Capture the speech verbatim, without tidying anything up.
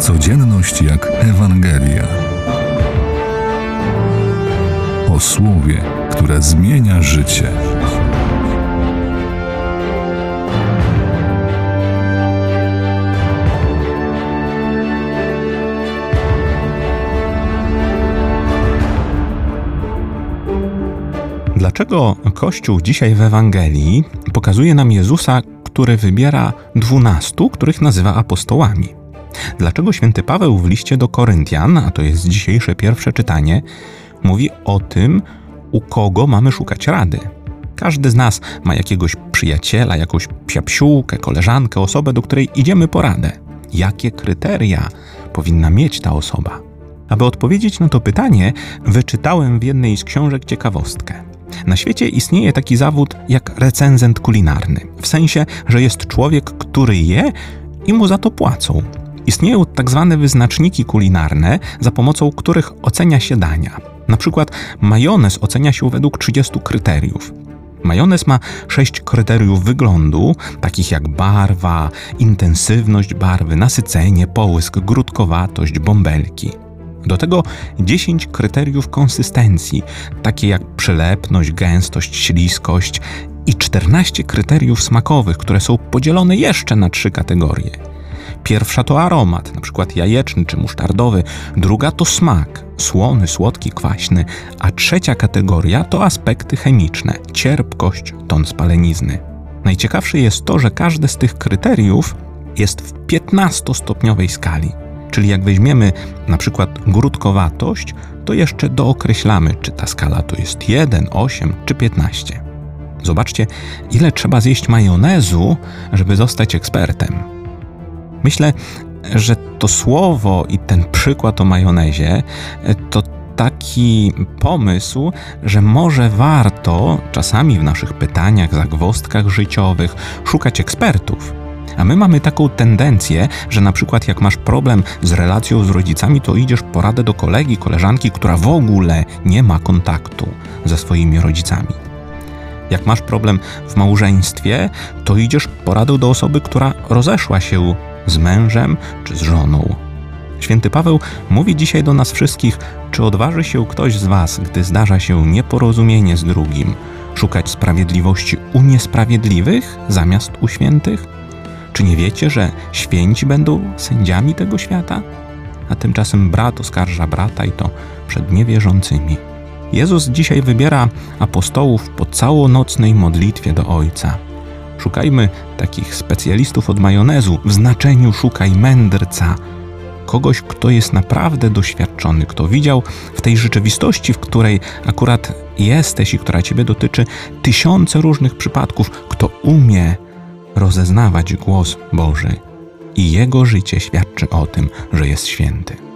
Codzienność jak Ewangelia. O słowie, które zmienia życie. Dlaczego Kościół dzisiaj w Ewangelii pokazuje nam Jezusa, który wybiera dwunastu, których nazywa apostołami? Dlaczego święty Paweł w liście do Koryntian, a to jest dzisiejsze pierwsze czytanie, mówi o tym, u kogo mamy szukać rady? Każdy z nas ma jakiegoś przyjaciela, jakąś psiapsiółkę, koleżankę, osobę, do której idziemy po radę. Jakie kryteria powinna mieć ta osoba? Aby odpowiedzieć na to pytanie, wyczytałem w jednej z książek ciekawostkę. Na świecie istnieje taki zawód jak recenzent kulinarny. W sensie, że jest człowiek, który je i mu za to płacą. Istnieją tak zwane wyznaczniki kulinarne, za pomocą których ocenia się dania. Na przykład majonez ocenia się według trzydziestu kryteriów. Majonez ma sześć kryteriów wyglądu, takich jak barwa, intensywność barwy, nasycenie, połysk, grudkowatość, bąbelki. Do tego dziesięć kryteriów konsystencji, takie jak przylepność, gęstość, śliskość i czternaście kryteriów smakowych, które są podzielone jeszcze na trzy kategorie. Pierwsza to aromat, np. jajeczny czy musztardowy, druga to smak, słony, słodki, kwaśny, a trzecia kategoria to aspekty chemiczne, cierpkość, ton spalenizny. Najciekawsze jest to, że każde z tych kryteriów jest w piętnastostopniowej skali. Czyli jak weźmiemy na przykład grudkowatość, to jeszcze dookreślamy, czy ta skala to jest jeden, osiem czy piętnaście. Zobaczcie, ile trzeba zjeść majonezu, żeby zostać ekspertem. Myślę, że to słowo i ten przykład o majonezie to taki pomysł, że może warto czasami w naszych pytaniach, zagwozdkach życiowych szukać ekspertów. A my mamy taką tendencję, że na przykład jak masz problem z relacją z rodzicami, to idziesz po radę do kolegi, koleżanki, która w ogóle nie ma kontaktu ze swoimi rodzicami. Jak masz problem w małżeństwie, to idziesz po radę do osoby, która rozeszła się z mężem czy z żoną. Święty Paweł mówi dzisiaj do nas wszystkich, czy odważy się ktoś z was, gdy zdarza się nieporozumienie z drugim, szukać sprawiedliwości u niesprawiedliwych zamiast u świętych? Czy nie wiecie, że święci będą sędziami tego świata? A tymczasem brat oskarża brata i to przed niewierzącymi. Jezus dzisiaj wybiera apostołów po całonocnej modlitwie do Ojca. Szukajmy takich specjalistów od majonezu, w znaczeniu szukaj mędrca. Kogoś, kto jest naprawdę doświadczony, kto widział w tej rzeczywistości, w której akurat jesteś i która ciebie dotyczy, tysiące różnych przypadków, kto umie rozeznawać głos Boży i jego życie świadczy o tym, że jest święty.